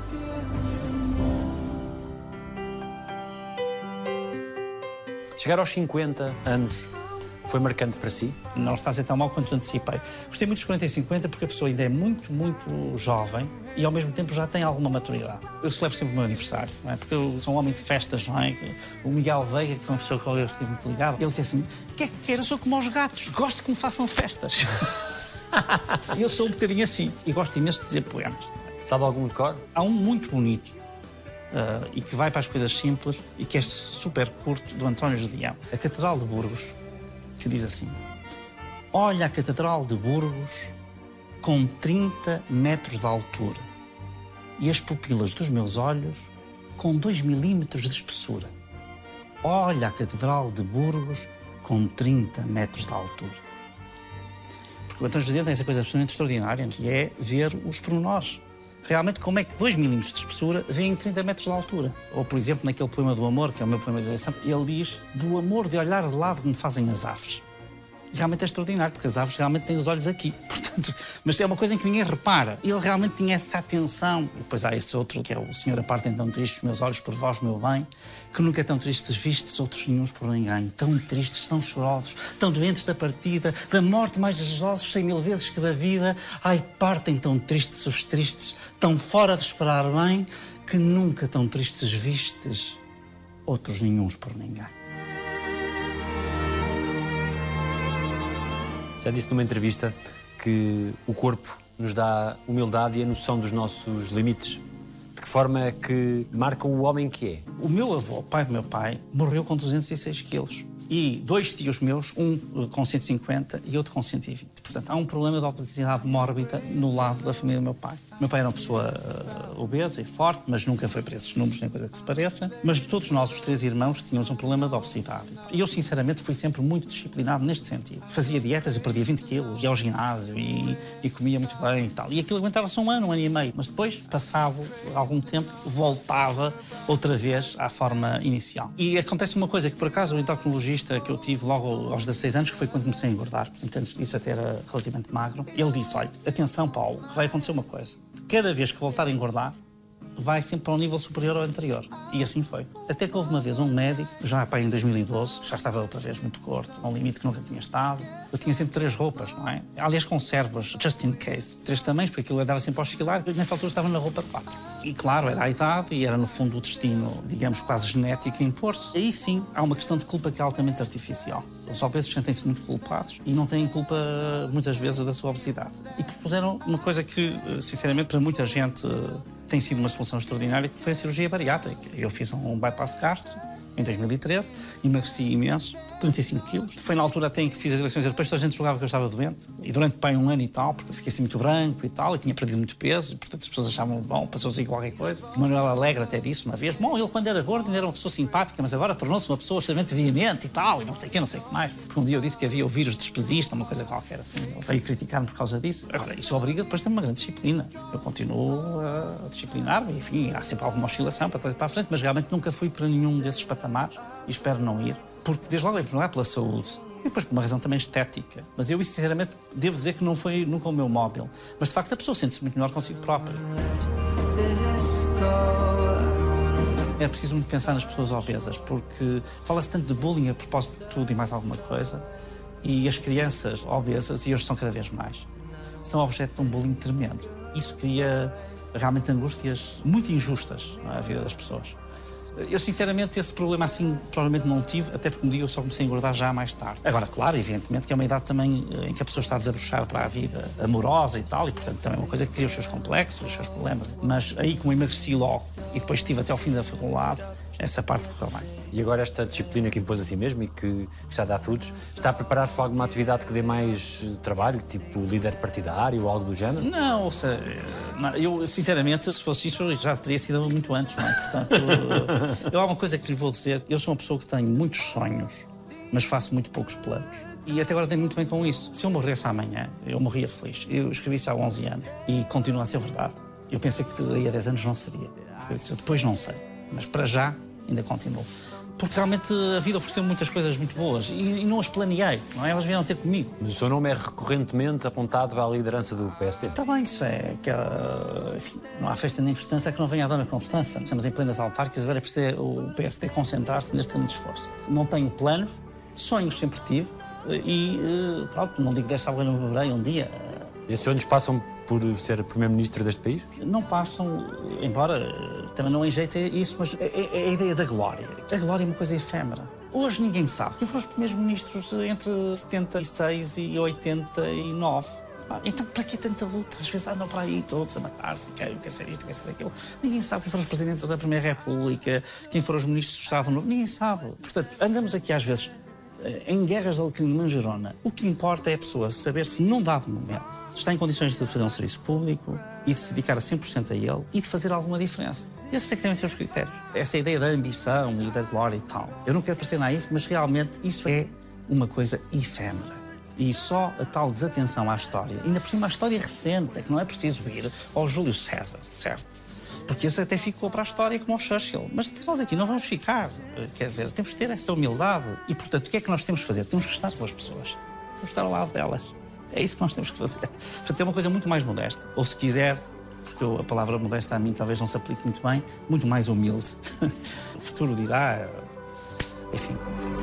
Chegar aos cinquenta anos foi marcante para si? Não está a ser tão mal quanto antecipei. Gostei muito dos quarenta e cinquenta porque a pessoa ainda é muito, muito jovem e ao mesmo tempo já tem alguma maturidade. Eu celebro sempre o meu aniversário, não é? Porque eu sou um homem de festas, não é? O Miguel Veiga, que foi uma pessoa com quem eu estive muito ligado, ele dizia assim: o que é que quer? Eu sou como aos gatos, gosto que me façam festas. E eu sou um bocadinho assim e gosto imenso de dizer poemas. Sabe algum de cor? Há um muito bonito uh, e que vai para as coisas simples e que é super curto, do António Gedeão. A Catedral de Burgos, que diz assim: olha a Catedral de Burgos com trinta metros de altura e as pupilas dos meus olhos com dois milímetros de espessura. Olha a Catedral de Burgos com trinta metros de altura. Porque o António Gedeão tem essa coisa absolutamente extraordinária, que é ver os pormenores. Realmente, como é que dois milímetros de espessura vêem trinta metros de altura? Ou, por exemplo, naquele poema do amor, que é o meu poema de eleição, ele diz: do amor de olhar de lado como fazem as aves. E realmente é extraordinário, porque as aves realmente têm os olhos aqui. Portanto, mas é uma coisa em que ninguém repara. Ele realmente tinha essa atenção. E depois há esse outro, que é o Senhor, apartem tão tristes meus olhos por vós, meu bem, que nunca tão tristes vistes outros nenhuns por ninguém. Tão tristes, tão chorosos, tão doentes da partida, da morte mais desejosos cem mil vezes que da vida. Ai, partem tão tristes os tristes, tão fora de esperar bem, que nunca tão tristes vistes outros nenhuns por ninguém. Já disse numa entrevista que o corpo nos dá humildade e a noção dos nossos limites. De que forma é que marca o homem que é? O meu avô, pai do meu pai, morreu com duzentos e seis quilos. E dois tios meus, um com cento e cinquenta e outro com cento e vinte. Portanto, há um problema de obesidade mórbida no lado da família do meu pai. O meu pai era uma pessoa uh, obesa e forte, mas nunca foi para esses números, nem coisa que se pareça. Mas todos nós, os três irmãos, tínhamos um problema de obesidade. E eu, sinceramente, fui sempre muito disciplinado neste sentido. Fazia dietas, eu perdia vinte quilos, ia ao ginásio e, e comia muito bem e tal. E aquilo aguentava-se um ano, um ano e meio. Mas depois, passado algum tempo, voltava outra vez à forma inicial. E acontece uma coisa que, por acaso, o endocrinologista que eu tive logo aos dezasseis anos, que foi quando comecei a engordar, portanto, antes disso até era relativamente magro, ele disse, olha, atenção, Paulo, vai acontecer uma coisa. Cada vez que voltar a engordar, vai sempre para um nível superior ao anterior. E assim foi. Até que houve uma vez um médico, já pá, em dois mil e doze, já estava outra vez muito gordo, a um limite que nunca tinha estado. Eu tinha sempre três roupas, não é? Aliás, conservas, just in case. Três tamanhos, porque aquilo andava sempre a oscilar. Eu, nessa altura, estava na roupa de quatro. E, claro, era a idade e era, no fundo, o destino, digamos, quase genético a impor-se. Aí, sim, há uma questão de culpa que é altamente artificial. Os obesos sentem-se muito culpados e não têm culpa, muitas vezes, da sua obesidade. E propuseram uma coisa que, sinceramente, para muita gente tem sido uma solução extraordinária, que foi a cirurgia bariátrica. Eu fiz um bypass gástrico em dois mil e treze, emagreci imenso, trinta e cinco quilos. Foi na altura até em que fiz as eleições europeias, toda a gente julgava que eu estava doente. E durante bem um ano e tal, porque fiquei assim muito branco e tal, e tinha perdido muito peso, e, portanto as pessoas achavam, bom, passou-se qualquer coisa. O Manuel Alegre até disse uma vez, bom, ele quando era gordo ainda era uma pessoa simpática, mas agora tornou-se uma pessoa extremamente veemente e tal, e não sei o quê, não sei o que mais. Porque um dia eu disse que havia o vírus despesista, uma coisa qualquer assim. Ele veio criticar-me por causa disso. Agora, isso obriga depois a ter uma grande disciplina. Eu continuo a disciplinar-me, enfim, há sempre alguma oscilação para trás e para a frente, mas realmente nunca fui para nenhum desses patamares. E espero não ir, porque desde logo não é pela saúde, e depois por uma razão também estética. Mas eu, sinceramente, devo dizer que não foi nunca o meu móvel. Mas, de facto, a pessoa sente-se muito melhor consigo própria. É preciso muito pensar nas pessoas obesas, porque fala-se tanto de bullying a propósito de tudo e mais alguma coisa, e as crianças obesas, e hoje são cada vez mais, são objeto de um bullying tremendo. Isso cria realmente angústias muito injustas na vida das pessoas. Eu, sinceramente, esse problema assim provavelmente não tive, até porque, me digo, eu só comecei a engordar já mais tarde. Agora, claro, evidentemente, que é uma idade também em que a pessoa está a desabrochar para a vida amorosa e tal, e, portanto, também é uma coisa que cria os seus complexos, os seus problemas. Mas aí, como emagreci logo e depois estive até ao fim da faculdade, essa parte correu bem. E agora esta disciplina que impôs a si mesmo e que está a dar frutos, está a preparar-se para alguma atividade que dê mais trabalho, tipo líder partidário ou algo do género? Não, ou seja, eu, sinceramente, se fosse isso, já teria sido muito antes, não é? Portanto, eu há uma coisa que lhe vou dizer, eu sou uma pessoa que tenho muitos sonhos, mas faço muito poucos planos. E até agora tenho muito bem com isso. Se eu morresse amanhã, eu morria feliz. Eu escrevi isso há onze anos e continua a ser verdade. Eu pensei que daí a dez anos não seria. Eu disse, eu depois não sei, mas para já ainda continuo. Porque realmente a vida ofereceu muitas coisas muito boas e, e não as planeei, não é? Elas vieram ter comigo. Mas o seu nome é recorrentemente apontado à liderança do P S D? Está bem, isso é que, enfim, não há festa nem festança que não venha a dona Constança. Estamos em plenas autárquicas, agora é preciso o P S D concentrar-se neste grande esforço. Não tenho planos, sonhos sempre tive e, pronto, não digo desta algo no verei um dia. E esses sonhos passam por ser primeiro-ministro deste país? Não passam, embora também não enjeite isso, mas é, é a ideia da glória. A glória é uma coisa efêmera. Hoje ninguém sabe quem foram os primeiros ministros entre setenta e seis e oitenta e nove. Então, para que tanta luta? Às vezes andam para aí todos a matar-se, quer, quer ser isto, quer ser aquilo. Ninguém sabe quem foram os presidentes da Primeira República, quem foram os ministros do Estado Novo. Ninguém sabe. Portanto, andamos aqui às vezes em guerras de alecrim e manjerona. O que importa é a pessoa saber se, num dado momento, está em condições de fazer um serviço público e de se dedicar a cem por cento a ele e de fazer alguma diferença. Esses é que devem ser os critérios. Essa ideia da ambição e da glória e tal. Eu não quero parecer naif, mas realmente isso é uma coisa efêmera. E só a tal desatenção à história, ainda por cima a história recente, é que não é preciso ir ao Júlio César, certo? Porque esse até ficou para a história como o Churchill. Mas depois nós aqui não vamos ficar. Quer dizer, temos que ter essa humildade. E, portanto, o que é que nós temos que fazer? Temos que estar com as pessoas. Temos que estar ao lado delas. É isso que nós temos que fazer. Portanto, é uma coisa muito mais modesta. Ou, se quiser, porque a palavra modesta a mim talvez não se aplique muito bem, muito mais humilde. O futuro dirá... Enfim.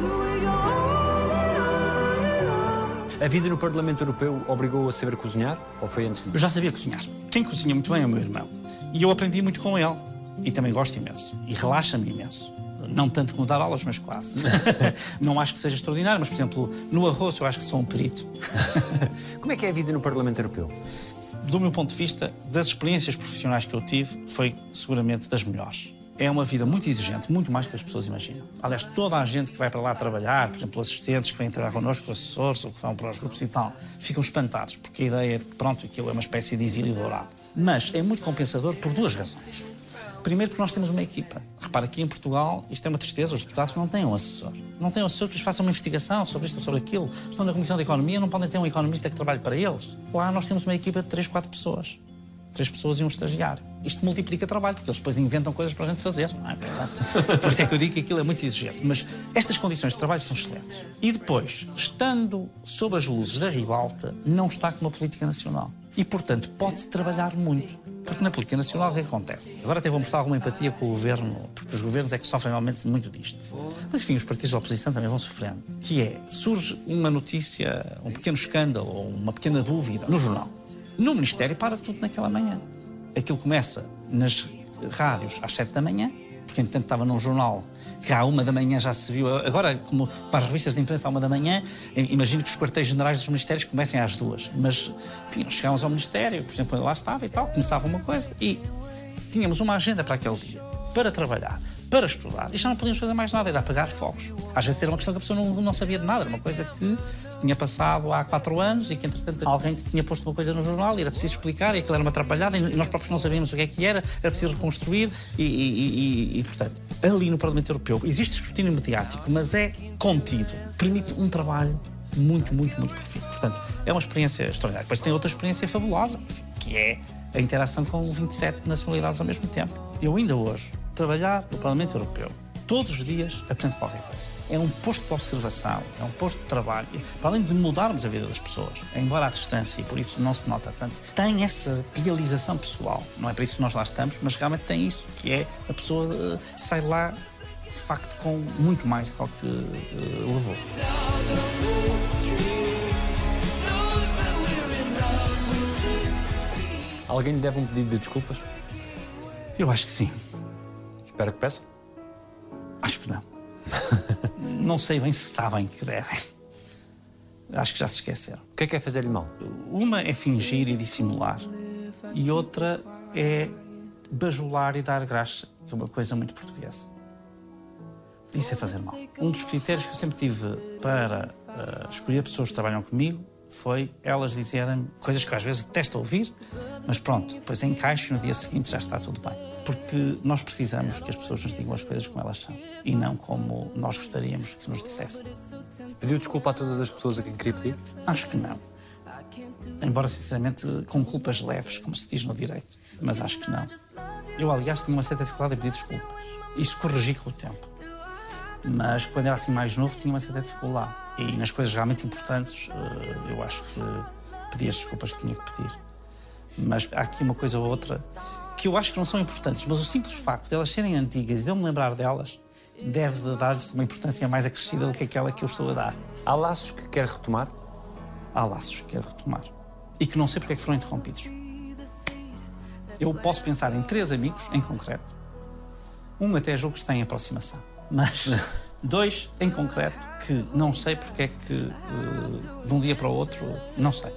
A vida no Parlamento Europeu obrigou-o a saber cozinhar? Ou foi antes? Eu já sabia cozinhar. Quem cozinha muito bem é o meu irmão. E eu aprendi muito com ele. E também gosto imenso. E relaxa-me imenso. não tanto como dar aulas, mas quase. Não acho que seja extraordinário, mas, por exemplo, no arroz eu acho que sou um perito. Como é que é a vida no Parlamento Europeu? Do meu ponto de vista, das experiências profissionais que eu tive, foi seguramente das melhores. É uma vida muito exigente, muito mais do que as pessoas imaginam. Aliás, toda a gente que vai para lá trabalhar, por exemplo, assistentes que vêm trabalhar connosco, assessores, ou que vão para os grupos e tal, ficam espantados, porque a ideia é de que, pronto, aquilo é uma espécie de exílio dourado. Mas é muito compensador por duas razões. Primeiro, porque nós temos uma equipa. Repara, aqui em Portugal, isto é uma tristeza, os deputados não têm um assessor. Não têm um assessor que lhes faça uma investigação sobre isto ou sobre aquilo. Estão na Comissão de Economia, não podem ter um economista que trabalhe para eles. Lá nós temos uma equipa de três, quatro pessoas. Três pessoas e um estagiário. Isto multiplica trabalho, porque eles depois inventam coisas para a gente fazer. Não é? Portanto, por isso é que eu digo que aquilo é muito exigente. Mas estas condições de trabalho são excelentes. E depois, estando sob as luzes da ribalta, não está como a política nacional. E, portanto, pode-se trabalhar muito. Porque na política nacional o que acontece? Agora até vou mostrar alguma empatia com o governo, porque os governos é que sofrem realmente muito disto. Mas, enfim, os partidos da oposição também vão sofrendo. Que é, surge uma notícia, um pequeno escândalo ou uma pequena dúvida no jornal. No Ministério para tudo naquela manhã. Aquilo começa nas rádios às sete da manhã, porque entretanto estava num jornal que à uma da manhã já se viu. Agora, como para as revistas de imprensa à uma da manhã, imagino que os quartéis generais dos ministérios comecem às duas. Mas, enfim, nós chegámos ao Ministério, por exemplo, eu lá estava e tal, começava uma coisa e tínhamos uma agenda para aquele dia, para trabalhar, para estudar, e já não podíamos fazer mais nada, era apagar fogos. Às vezes era uma questão que a pessoa não, não sabia de nada, era uma coisa que se tinha passado há quatro anos e que, entretanto, alguém que tinha posto uma coisa no jornal e era preciso explicar e aquilo era uma atrapalhada e nós próprios não sabíamos o que é que era, era preciso reconstruir e, e, e, e portanto, ali no Parlamento Europeu existe escrutínio mediático, mas é contido, permite um trabalho muito, muito, muito perfeito. Portanto, é uma experiência extraordinária. Depois tem outra experiência fabulosa, que é a interação com vinte e sete nacionalidades ao mesmo tempo. Eu ainda hoje, trabalhar no Parlamento Europeu, todos os dias aprendo qualquer coisa. É um posto de observação, é um posto de trabalho. Para além de mudarmos a vida das pessoas, embora à distância, e por isso não se nota tanto, tem essa realização pessoal. Não é para isso que nós lá estamos, mas realmente tem isso, que é a pessoa uh, sai lá, de facto, com muito mais do que uh, levou. Alguém lhe deve um pedido de desculpas? Eu acho que sim. Espero que peça. Acho que não. Não sei bem se sabem que devem. Acho que já se esqueceram. O que é que é fazer-lhe mal? Uma é fingir e dissimular. E outra é bajular e dar graxa, que é uma coisa muito portuguesa. Isso é fazer mal. Um dos critérios que eu sempre tive para uh, escolher pessoas que trabalham comigo foi elas dizerem coisas que eu às vezes detesto ouvir, mas pronto, depois encaixo e no dia seguinte já está tudo bem. Porque nós precisamos que as pessoas nos digam as coisas como elas são e não como nós gostaríamos que nos dissessem. Pediu desculpa a todas as pessoas a quem queria pedir? Acho que não. Embora, sinceramente, com culpas leves, como se diz no direito. Mas acho que não. Eu, aliás, tinha uma certa dificuldade em pedir desculpas. Isso corrigi com o tempo. Mas quando era assim mais novo tinha uma certa dificuldade. E nas coisas realmente importantes eu acho que pedi as desculpas que tinha que pedir. Mas há aqui uma coisa ou outra que eu acho que não são importantes, mas o simples facto de elas serem antigas e de eu me lembrar delas deve dar-lhes uma importância mais acrescida do que aquela que eu estou a dar. Há laços que quer retomar? Há laços que quero retomar. E que não sei porque é que foram interrompidos. Eu posso pensar em três amigos, em concreto. Um até julgo que está em aproximação. Mas dois, em concreto, que não sei porque é que uh, de um dia para o outro, não sei.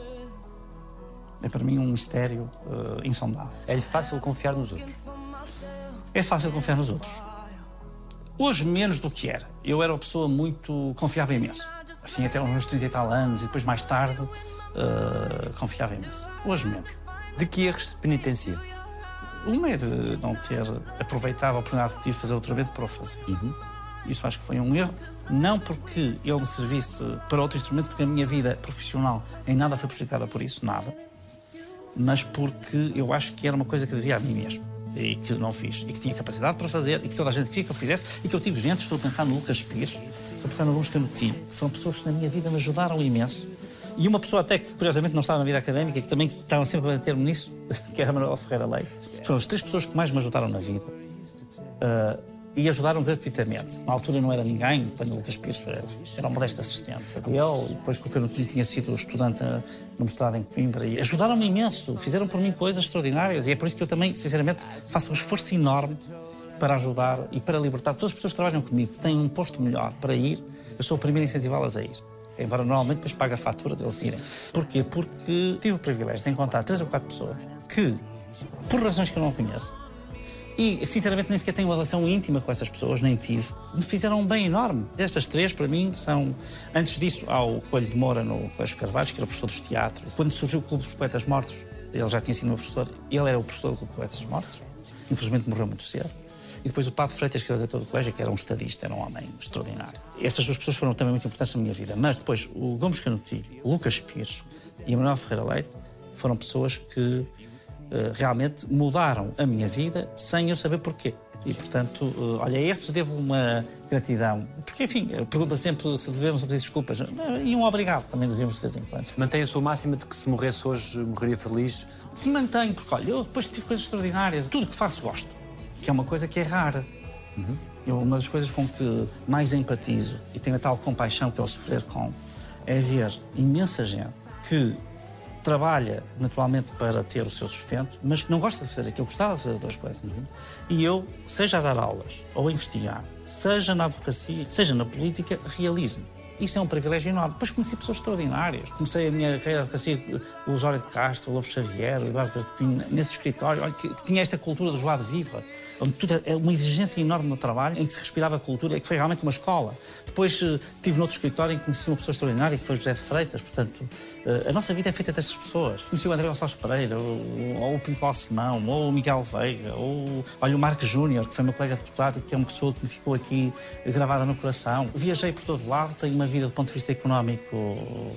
É para mim um mistério uh, insondável. É-lhe fácil confiar nos outros? É fácil confiar nos outros. Hoje menos do que era. Eu era uma pessoa muito... confiava imenso. Assim, até uns trinta e tal anos e depois mais tarde uh, confiava imenso. Hoje menos. De que erros se penitencia? Uma é de não ter aproveitado a oportunidade que tive de fazer outra vez para o fazer. Uhum. Isso acho que foi um erro. Não porque ele me servisse para outro instrumento, porque a minha vida profissional em nada foi prejudicada por isso, nada. Mas porque eu acho que era uma coisa que devia a mim mesmo. E que não fiz. E que tinha capacidade para fazer. E que toda a gente queria que eu fizesse. E que eu tive gente, estou a pensar no Lucas Pires, estou a pensar no Luís Canutinho. Foram pessoas que na minha vida me ajudaram imenso. E uma pessoa até que, curiosamente, não estava na vida académica, que também estavam sempre a bater-me nisso, que era a Manuela Ferreira Leite. Foram as três pessoas que mais me ajudaram na vida. Uh, e ajudaram gratuitamente. Na altura não era ninguém, quando o Lucas Pires era, era um modesto assistente. Ele, depois que o Canutinho tinha sido estudante no mestrado em Coimbra, e ajudaram-me imenso, fizeram por mim coisas extraordinárias. E é por isso que eu também, sinceramente, faço um esforço enorme para ajudar e para libertar todas as pessoas que trabalham comigo, que têm um posto melhor para ir, eu sou o primeiro a incentivá-las a ir. Embora normalmente depois pague a fatura deles irem. Porquê? Porque tive o privilégio de encontrar três ou quatro pessoas que, por razões que eu não conheço, e sinceramente nem sequer tenho uma relação íntima com essas pessoas, nem tive, me fizeram um bem enorme. Estas três, para mim, são... Antes disso, há o Coelho de Moura no Colégio Carvalhos, que era professor dos teatros. Quando surgiu o Clube dos Poetas Mortos, ele já tinha sido meu professor, ele era o professor do Clube dos Poetas Mortos. Infelizmente morreu muito cedo. E depois o Padre Freitas, que era diretor do colégio, que era um estadista, era um homem extraordinário. Essas duas pessoas foram também muito importantes na minha vida. Mas depois o Gomes Canutilho, o Lucas Pires e o Manuel Ferreira Leite foram pessoas que uh, realmente mudaram a minha vida sem eu saber porquê. E, portanto, uh, olha, a esses devo uma gratidão. Porque, enfim, pergunta sempre se devemos pedir desculpas. E um obrigado também devemos de vez em quando. Mantém a sua máxima de que se morresse hoje, morreria feliz? Sim, mantenho, porque, olha, eu depois tive coisas extraordinárias. Tudo que faço gosto. Que é uma coisa que é rara. Uhum. Eu, uma das coisas com que mais empatizo e tenho a tal compaixão que é o sofrer com é ver imensa gente que trabalha naturalmente para ter o seu sustento, mas que não gosta de fazer aquilo, gostava de fazer outras coisas. Uhum. E eu, seja a dar aulas ou a investigar, seja na advocacia, seja na política, realizo-me. Isso é um privilégio enorme. Depois conheci pessoas extraordinárias. Comecei a minha carreira de advocacia, o Osório de Castro, o Lobo Xavier, o Eduardo Verde Pinho, nesse escritório, olha, que, que tinha esta cultura do joie de vivre, onde tudo é uma exigência enorme no trabalho, em que se respirava a cultura, que foi realmente uma escola. Depois uh, tive noutro escritório em que conheci uma pessoa extraordinária, que foi o José de Freitas. Portanto, uh, a nossa vida é feita dessas pessoas. Conheci o André Gonçalves Pereira, ou, ou o Pinto Balsemão, ou o Miguel Veiga, ou olha, o Marcos Júnior, que foi meu colega deputado, que é uma pessoa que me ficou aqui gravada no coração. Viajei por todo lado, tenho uma vida do ponto de vista económico uh,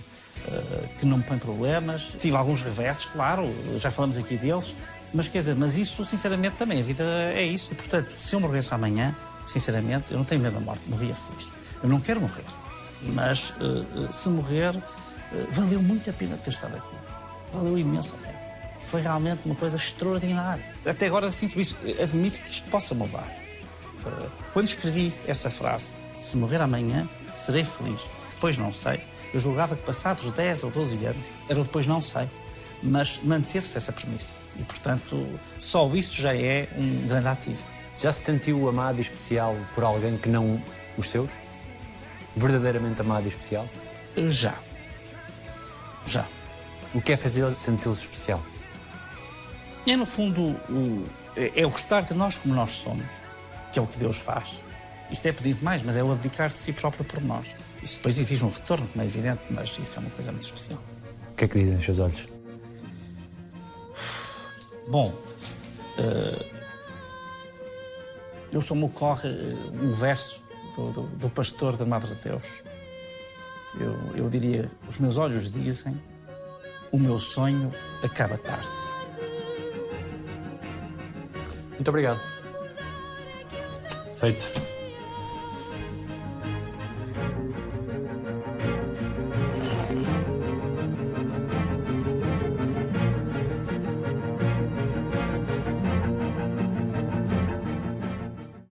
que não me põe problemas. Tive alguns revessos, claro, já falamos aqui deles, mas quer dizer, mas isso, sinceramente, também, a vida é isso. E, portanto, se eu morresse amanhã, sinceramente, eu não tenho medo da morte, morria feliz. Eu não quero morrer, mas uh, se morrer, uh, valeu muito a pena ter estado aqui. Valeu imenso a pena. Foi realmente uma coisa extraordinária. Até agora sinto isso, admito que isto possa mudar. Uh, quando escrevi essa frase, se morrer amanhã, serei feliz. Depois não sei. Eu julgava que passados dez ou doze anos, era o depois não sei, mas manteve-se essa premissa. E, portanto, só isso já é um grande ativo. Já se sentiu amado e especial por alguém que não os seus? Verdadeiramente amado e especial? Já. Já. O que é fazer senti-lo especial? É, no fundo, o, é o gostar de nós como nós somos, que é o que Deus faz. Isto é pedir demais, mas é o abdicar de si próprio por nós. Isso depois exige um retorno, como é evidente, mas isso é uma coisa muito especial. O que é que dizem os seus olhos? Bom, uh, eu só me ocorre um verso do, do, do pastor da Madre Deus. Eu, eu diria, os meus olhos dizem, o meu sonho acaba tarde. Muito obrigado. Feito.